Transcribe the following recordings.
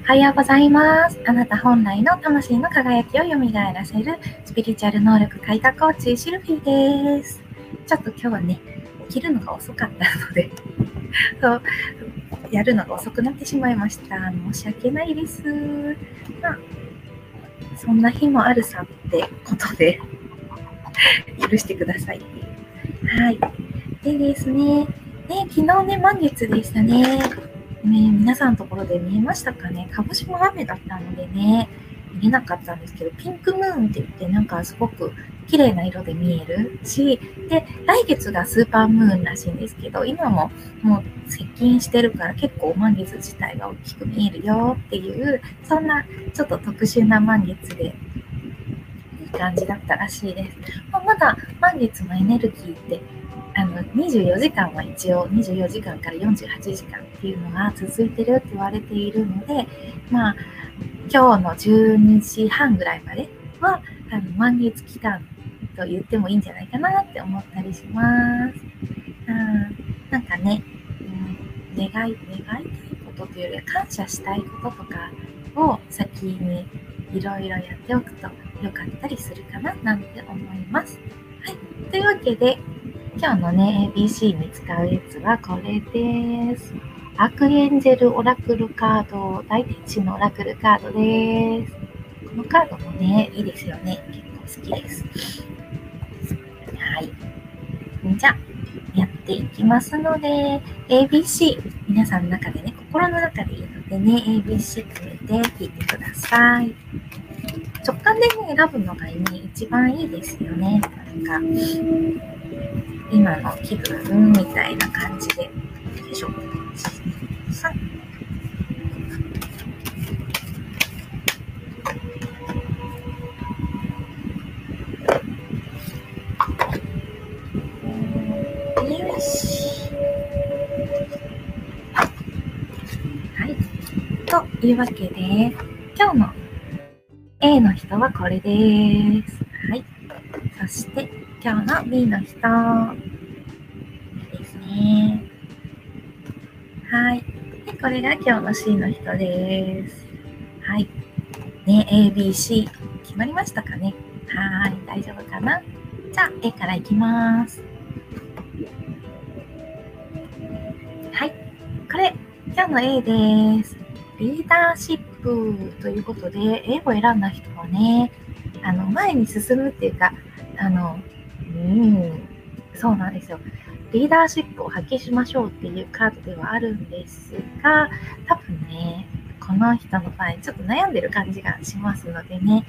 おはようございます。あなた本来の魂の輝きを蘇らせるスピリチュアル能力開拓コーチシルフィーです。ちょっと今日はね、起きるのが遅かったのでそうやるのが遅くなってしまいました。申し訳ないです。まあ、そんな日もあるさってことで許してくださいっていう。はい。でですね、昨日ね、満月でしたね。皆さんのところで見えましたかね。鹿児島は雨だったのでね、見れなかったんですけど、ピンクムーンって言ってなんかすごく綺麗な色で見えるし、で、来月がスーパームーンらしいんですけど、今ももう接近してるから結構満月自体が大きく見えるよっていう、そんなちょっと特殊な満月で、いい感じだったらしいです。まだ満月のエネルギーって24時間は一応24時間から48時間っていうのが続いてるって言われているので、まあ今日の12時半ぐらいまでは満月期間と言ってもいいんじゃないかなって思ったりします。なんかね、願いたいことというよりは感謝したいこととかを先にいろいろやっておくと良かったりするかななんて思います。はい、というわけで今日のね ABC に使うやつはこれです。アークエンジェルオラクルカード、大天使のオラクルカードです。このカードもねいいですよね。結構好きです。はい。じゃあやっていきますので ABC 皆さんの中でね、心の中でいいのでね ABC 決めて聞いてください。直感でね選ぶのがね一番いいですよね。なんか今の気分みたいな感じで。よいしょ。3。よし。はい。というわけで、今日の A の人はこれです。はい。そして、今日の B の人ですね。はい。で、これが今日の C の人です。はい。ね、A、B、C 決まりましたかね。はい。大丈夫かな。じゃあ、A からいきます。はい。これ、今日の A です。リーダーシップということで、A を選んだ人はね、前に進むっていうか、そうなんですよ。リーダーシップを発揮しましょうっていうカードではあるんですが、多分ね、この人の場合、ちょっと悩んでる感じがしますのでね、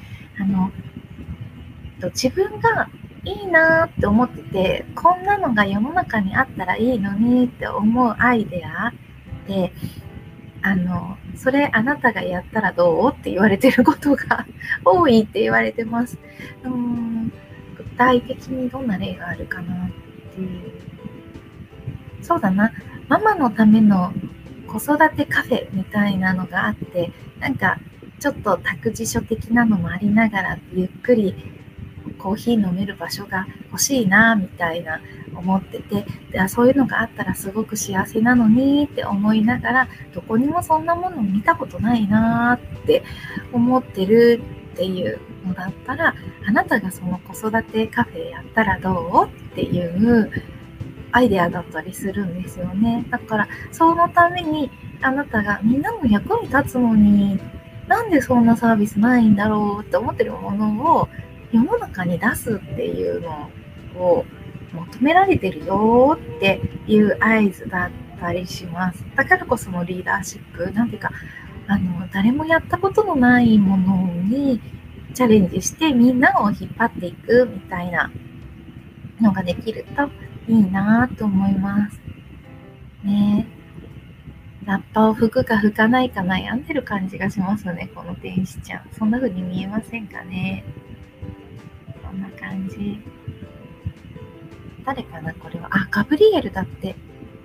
自分がいいなって思ってて、こんなのが世の中にあったらいいのにって思うアイデアで、それあなたがやったらどうって言われてることが多いって言われてます。具体的にどんな例があるかなっていう。そうだな、ママのための子育てカフェみたいなのがあって、なんかちょっと託児所的なのもありながらゆっくりコーヒー飲める場所が欲しいなみたいな思ってて、でそういうのがあったらすごく幸せなのにって思いながら、どこにもそんなもの見たことないなって思ってるっていうのだったら、あなたがその子育てカフェやったらどうっていうアイデアだったりするんですよね。だからそのためにあなたがみんなの役に立つのになんでそんなサービスないんだろうって思ってるものを世の中に出すっていうのを求められてるよっていう合図だったりします。だからこそのリーダーシップ、なんていうか誰もやったことのないものにチャレンジしてみんなを引っ張っていくみたいなのができるといいなと思いますね。ラッパを吹くか吹かないか悩んでる感じがしますね、この天使ちゃん。そんな風に見えませんかね。こんな感じ。誰かなこれは。ガブリエルだって。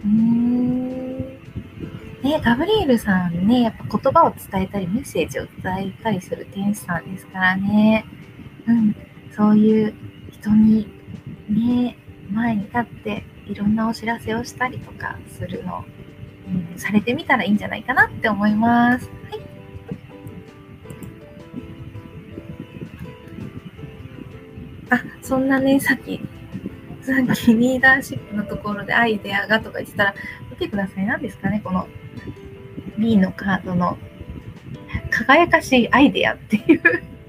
ガブリエルさんね、やっぱ言葉を伝えたりメッセージを伝えたりする天使さんですからね。そういう人にね、前に立っていろんなお知らせをしたりとかするの、されてみたらいいんじゃないかなって思います。はい。 そんなね、さっきリーダーシップのところでアイデアがとか言ってたら、見てください。何ですかね、この B のカードの輝かしいアイデアっていう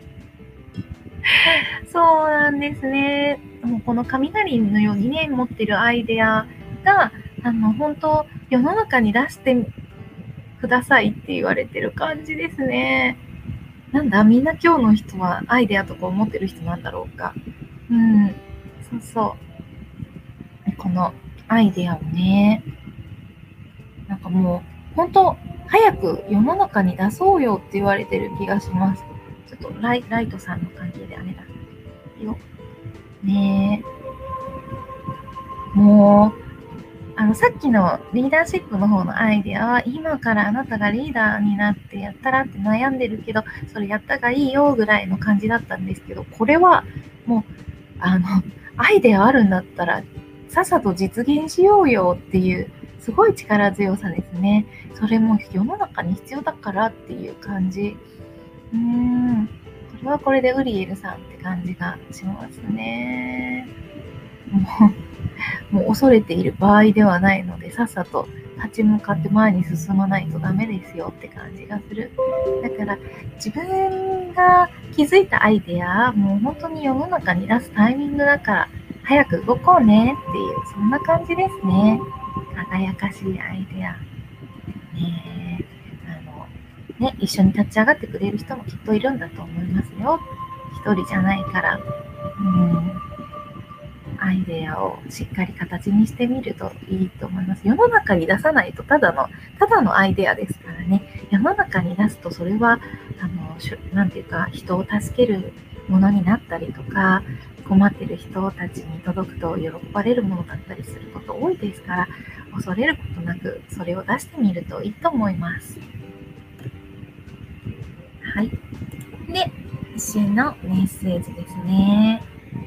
そうなんですね。もうこの雷のようにね、持ってるアイデアが、本当世の中に出してくださいって言われてる感じですね。なんだ、みんな今日の人はアイデアとか思ってる人なんだろうか。そうそう。このアイデアをね、なんかもう、本当早く世の中に出そうよって言われてる気がします。ちょっとライトさんの関係であれだよ。ねえ。もう、さっきのリーダーシップの方のアイデアは、今からあなたがリーダーになってやったらって悩んでるけど、それやったがいいよぐらいの感じだったんですけど、これはもう、アイデアあるんだったら、さっさと実現しようよっていう、すごい力強さですね。それも世の中に必要だからっていう感じ。これはこれでウリエルさんって感じがしますね。もう恐れている場合ではないので、さっさと立ち向かって前に進まないとダメですよって感じがする。だから自分が気づいたアイデア、もう本当に世の中に出すタイミングだから早く動こうねっていう、そんな感じですね。輝かしいアイデア。一緒に立ち上がってくれる人もきっといるんだと思いますよ。一人じゃないから。アイデアをしっかり形にしてみるといいと思います。世の中に出さないとただのアイデアですからね。世の中に出すとそれはなんていうか人を助けるものになったりとか、困ってる人たちに届くと喜ばれるものだったりすること多いですから、恐れることなくそれを出してみるといいと思います。はい。で、石のメッセージですね。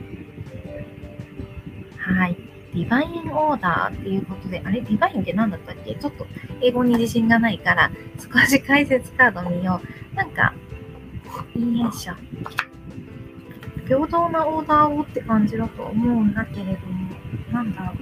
はい。ディバインオーダーっていうことで、あれディバインって何だったっけ？ちょっと英語に自信がないから、少し解説カード見よう。なんか、よいしょ。平等なオーダーをって感じだと思うんだけれども、なんだろう。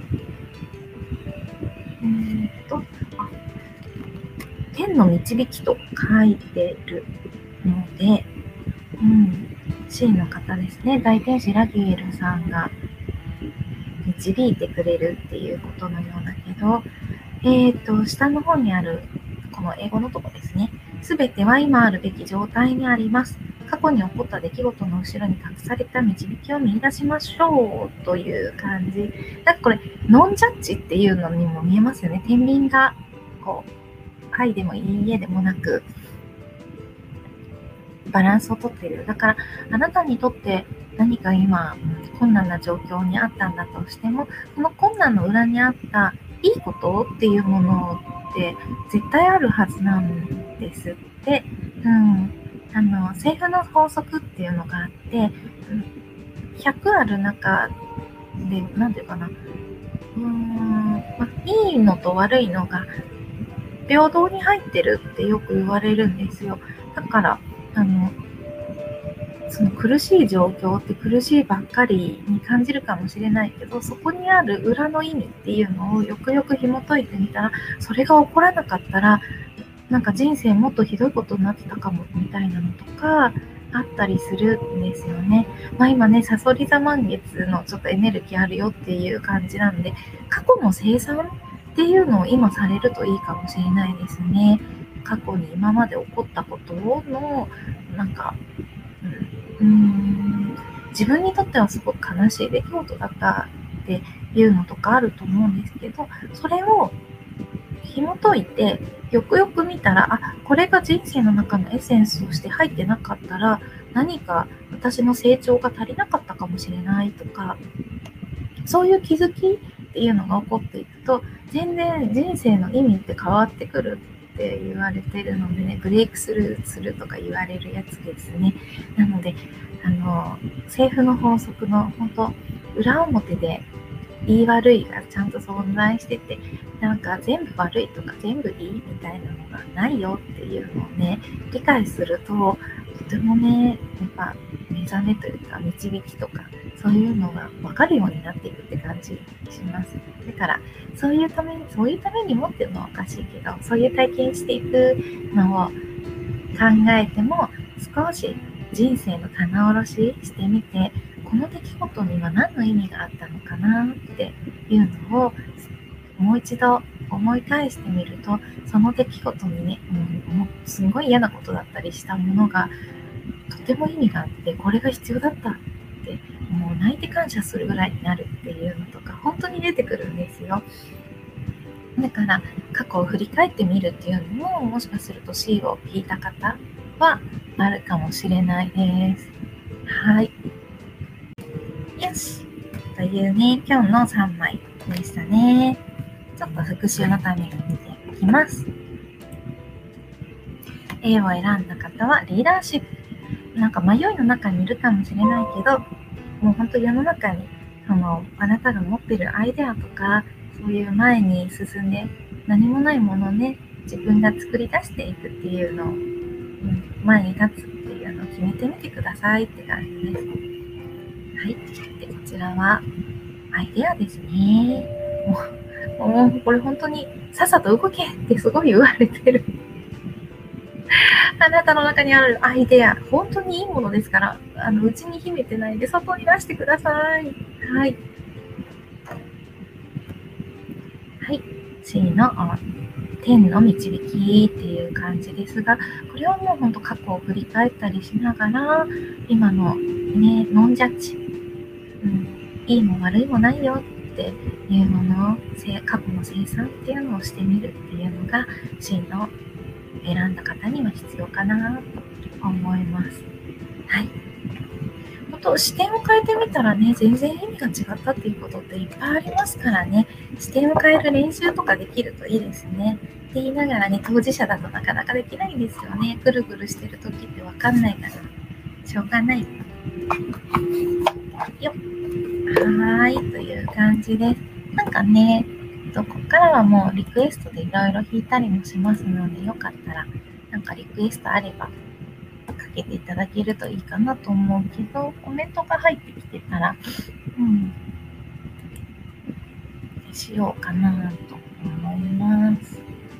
天の導きと書いてるので、C の方ですね。大天使ラギエルさんが導いてくれるっていうことのようだけど、下の方にあるこの英語のとこですね。すべては今あるべき状態にあります。過去に起こった出来事の後ろに隠された導きを見出しましょうという感じ。なんかこれノンジャッジっていうのにも見えますよね。天秤がこうはいでもいいえでもなくバランスをとっている。だからあなたにとって何か今困難な状況にあったんだとしても、この困難の裏にあったいいことっていうものって絶対あるはずなんですって。政府の法則っていうのがあって、100ある中で、なんていうかな、いいのと悪いのが平等に入ってるってよく言われるんですよ。だからその苦しい状況って苦しいばっかりに感じるかもしれないけど、そこにある裏の意味っていうのをよくよく紐解いてみたら、それが起こらなかったらなんか人生もっとひどいことになってたかもみたいなのとかあったりするんですよね。今ね、さそり座満月のちょっとエネルギーあるよっていう感じなんで、過去の清算っていうのを今されるといいかもしれないですね。過去に今まで起こったことのなんか自分にとってはすごく悲しい出来事だったっていうのとかあると思うんですけど、それを紐解いてよくよく見たら、これが人生の中のエッセンスとして入ってなかったら何か私の成長が足りなかったかもしれないとか、そういう気づきっていうのが起こっていくと全然人生の意味って変わってくるって言われてるのでね、ブレイクスルーするとか言われるやつですね。なので政府の法則の本当裏表で言い悪いがちゃんと存在してて、なんか全部悪いとか全部いいみたいなのがないよっていうのをね、理解すると、とてもね、やっぱ目覚めというか導きとかそういうのが分かるようになっていくって感じします。だからそういうためにもっていうのはおかしいけど、そういう体験していくのを考えても、少し人生の棚卸ししてみて、この出来事には何の意味があったのかなっていうのをもう一度思い返してみると、その出来事にね、もうすごい嫌なことだったりしたものがとても意味があって、これが必要だったってもう泣いて感謝するぐらいになるっていうのとか本当に出てくるんですよ。だから過去を振り返ってみるっていうのも、もしかすると C を引いた方はあるかもしれないです。はい、よし、というね、今日の3枚でしたね。ちょっと復習のために見ていきます。A を選んだ方はリーダーシップ。なんか迷いの中にいるかもしれないけど、もう本当世の中にあなたが持ってるアイデアとか、そういう前に進んで何もないものをね、自分が作り出していくっていうのを、前に立つっていうのを決めてみてくださいって感じです。はい。で、こちらはアイデアですね。もうこれ本当にさっさと動けってすごい言われてる。あなたの中にあるアイデア、本当にいいものですから、うちに秘めてないで外に出してください。はい。はい。C の天の導きっていう感じですが、これはもう本当過去を振り返ったりしながら、今のね、ノンジャッジ、いいも悪いもないよっていうものを、過去の清算っていうのをしてみるっていうのが C の選んだ方には必要かなと思います。はい。本当視点を変えてみたらね、全然意味が違ったっていうことっていっぱいありますからね、視点を変える練習とかできるといいですね。って言いながらね、当事者だとなかなかできないんですよね。ぐるぐるしてる時って分かんないから、しょうがない。よっ。はーい、という感じです。なんかね、ここからはもうリクエストでいろいろ弾いたりもしますので、よかったらなんかリクエストあればかけていただけるといいかなと思うけど、コメントが入ってきてたら、しようかなと思います。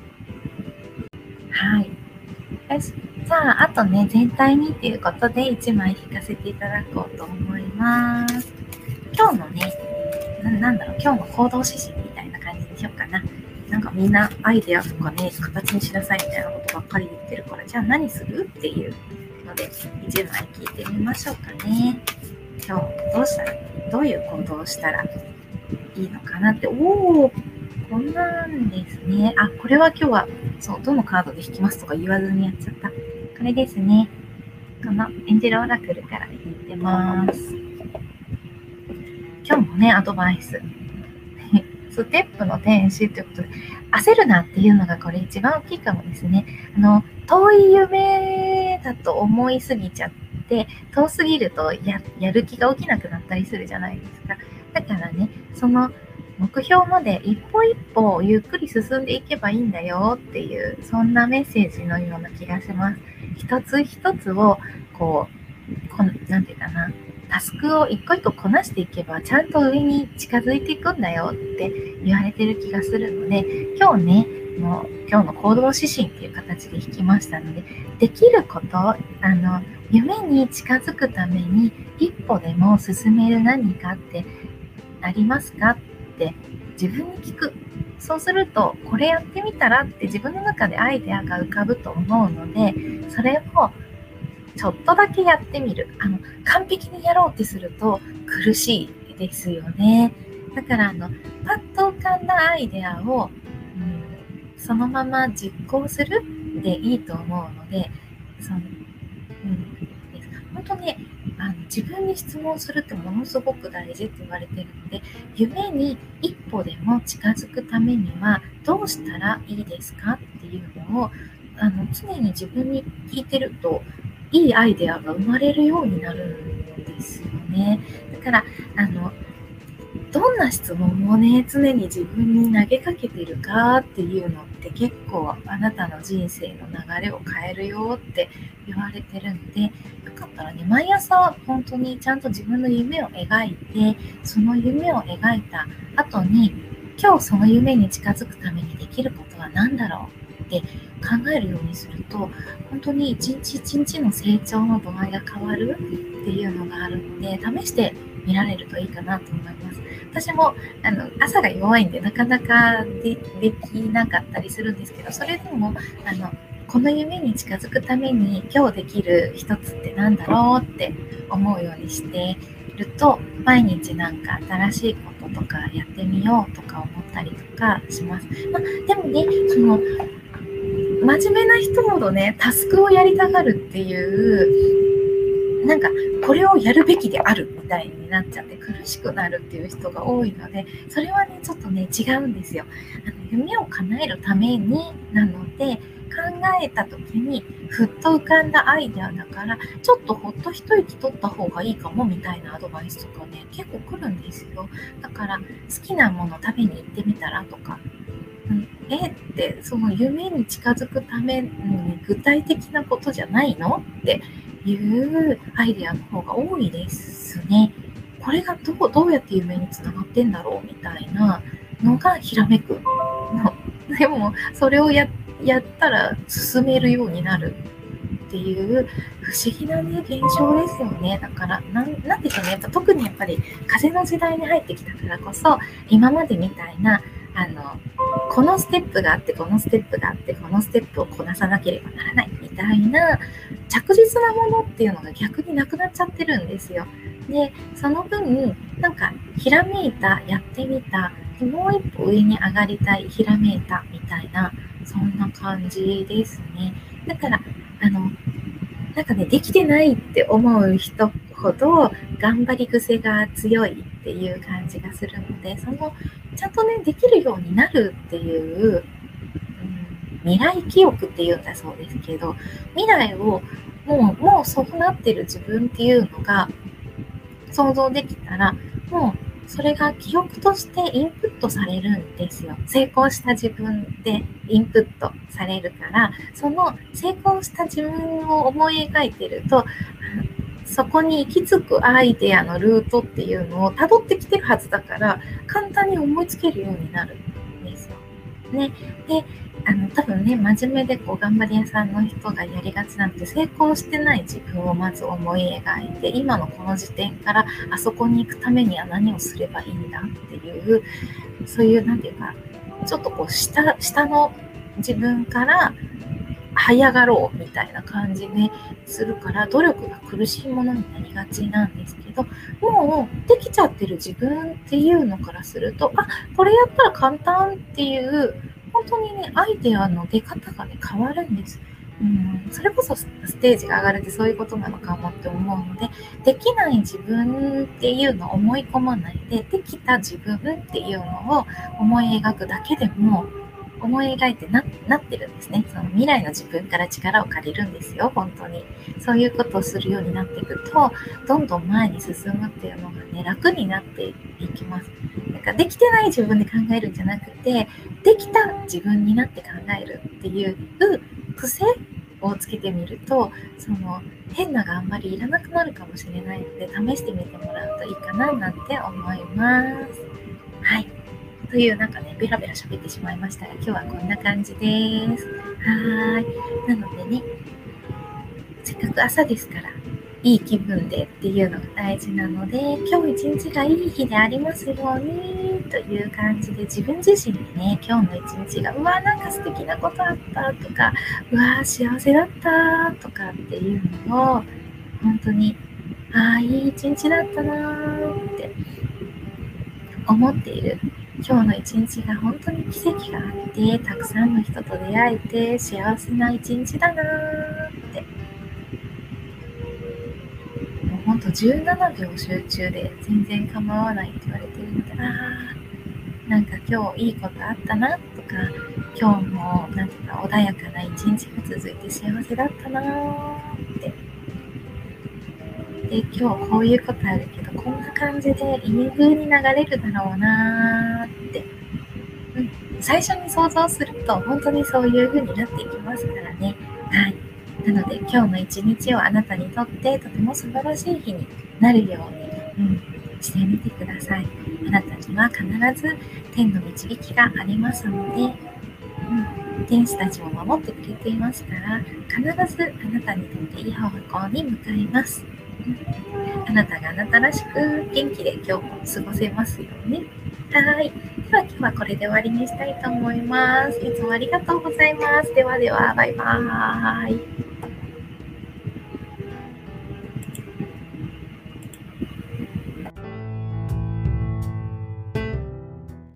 はい。よし。じゃあ、あとね、全体にっていうことで1枚引かせていただこうと思います。今日のね、今日の行動指針みたいな感じにしようかな。なんかみんなアイデアとかね、形にしなさいみたいなことばっかり言ってるから、じゃあ何するっていうので、1枚聞いてみましょうかね。今日どういう行動をしたらいいのかなって。こんなんですね。これは今日は、どのカードで引きますとか言わずにやっちゃった。これですね。このエンジェルオラクルから引いてます。今日もね、アドバイス。ステップの天使ということで、焦るなっていうのがこれ一番大きいかもですね。遠い夢だと思いすぎちゃって、遠すぎると やる気が起きなくなったりするじゃないですか。だからね、その目標まで一歩一歩ゆっくり進んでいけばいいんだよっていう、そんなメッセージのような気がします。一つ一つをなんていうかな、タスクを一個一個こなしていけばちゃんと上に近づいていくんだよって言われてる気がするので、今日の行動指針っていう形で引きましたので、できること、夢に近づくために一歩でも進める何かってありますかって自分に聞く。そうすると、これやってみたらって自分の中でアイデアが浮かぶと思うので、それをちょっとだけやってみる。完璧にやろうってすると苦しいですよね。だからパッと浮かんだアイデアを、そのまま実行するでいいと思うので、本当ね、自分に質問するってものすごく大事って言われているので、夢に一歩でも近づくためにはどうしたらいいですかっていうのを常に自分に聞いてると、いいアイデアが生まれるようになるんですよね。だからどんな質問をね、常に自分に投げかけてるかっていうのって結構あなたの人生の流れを変えるよって言われてるので、よかったらね、毎朝本当にちゃんと自分の夢を描いて、その夢を描いた後に、今日その夢に近づくためにできることは何だろうって考えるようにすると、本当に一日一日の成長の度合いが変わるっていうのがあるので、試して見られるといいかなと思います。私も朝が弱いんでなかなか できなかったりするんですけど、それでもこの夢に近づくために今日できる一つってなんだろうって思うようにしてると、毎日なんか新しいこととかやってみようとか思ったりとかします。でもね、その真面目な人ほどね、タスクをやりたがるっていうなんかこれをやるべきであるみたいになっちゃって苦しくなるっていう人が多いので、それはねちょっとね違うんですよ。夢を叶えるためになので、考えた時にふっと浮かんだアイデアだから、ちょっとほっと一息取った方がいいかもみたいなアドバイスとかね結構来るんですよ。だから好きなもの食べに行ってみたらとか、ってその夢に近づくために具体的なことじゃないのっていうアイデアの方が多いですね。これがどうやって夢につながってんだろうみたいなのがひらめくの。でもそれをやったら進めるようになるっていう不思議なね現象ですよね。だからなんでしょうね、やっぱ特にやっぱり風の時代に入ってきたからこそ、今までみたいなこのステップがあってこのステップがあってこのステップをこなさなければならないみたいな着実なものっていうのが逆になくなっちゃってるんですよ。でその分なんかひらめいた、やってみた、もう一歩上に上がりたい、ひらめいたみたいな、そんな感じですね。だからなんかね、できてないって思う人ほど頑張り癖が強いっていう感じがするので、ちゃんとねできるようになるっていう、未来記憶っていうんだそうですけど、未来をもうそうなってる自分っていうのが想像できたら、もうそれが記憶としてインプットされるんですよ。成功した自分でインプットされるから、その成功した自分を思い描いてると、そこに行き着くアイデアのルートっていうのを辿ってきてるはずだから、簡単に思いつけるようになるんですよ。ね。で、多分ね、真面目で頑張り屋さんの人がやりがちなんて、成功してない自分をまず思い描いて、今のこの時点からあそこに行くためには何をすればいいんだっていう、そういうなんていうか、ちょっと下の自分から這い上がろうみたいな感じにするから、努力が苦しいものになりがちなんですけど、もうできちゃってる自分っていうのからすると、これやったら簡単っていう本当にねアイデアの出方がね変わるんです。それこそステージが上がるってそういうことなのかもって思うので、できない自分っていうのを思い込まないで、できた自分っていうのを思い描くだけでも思い描いて なってるんですね。その未来の自分から力を借りるんですよ。本当にそういうことをするようになっていくと、どんどん前に進むっていうのがね楽になっていきます。なんかできてない自分で考えるんじゃなくて、できた自分になって考えるっていう癖をつけてみると、その変な頑張りいらなくなるかもしれないので、試してみてもらうといいかななんて思います。はい。というなんかねベラベラ喋ってしまいましたが、今日はこんな感じです。なのでね、せっかく朝ですからいい気分でっていうのが大事なので、今日一日がいい日でありますようにという感じで、自分自身にね今日の一日がなんか素敵なことあったとか、幸せだったとかっていうのを本当にいい一日だったなーって思っている今日の一日が本当に奇跡があって、たくさんの人と出会えて幸せな一日だなーって、もう本当17秒集中で全然構わないって言われてるので、なんか今日いいことあったなとか、今日もなんていうか穏やかな一日が続いて幸せだったなーって。 で今日こういうことあるけど、こんな感じでいい風に流れるだろうなーって、最初に想像すると本当にそういう風になっていきますからね。はい。なので今日の一日をあなたにとってとても素晴らしい日になるように、してみてください。あなたには必ず天の導きがありますので、天使たちを守ってくれていますから、必ずあなたにとっていい方向に向かいます。あなたがあなたらしく元気で今日も過ごせますように。はい。では今日はこれで終わりにしたいと思います。いつもありがとうございます。ではでは、バイバーイ。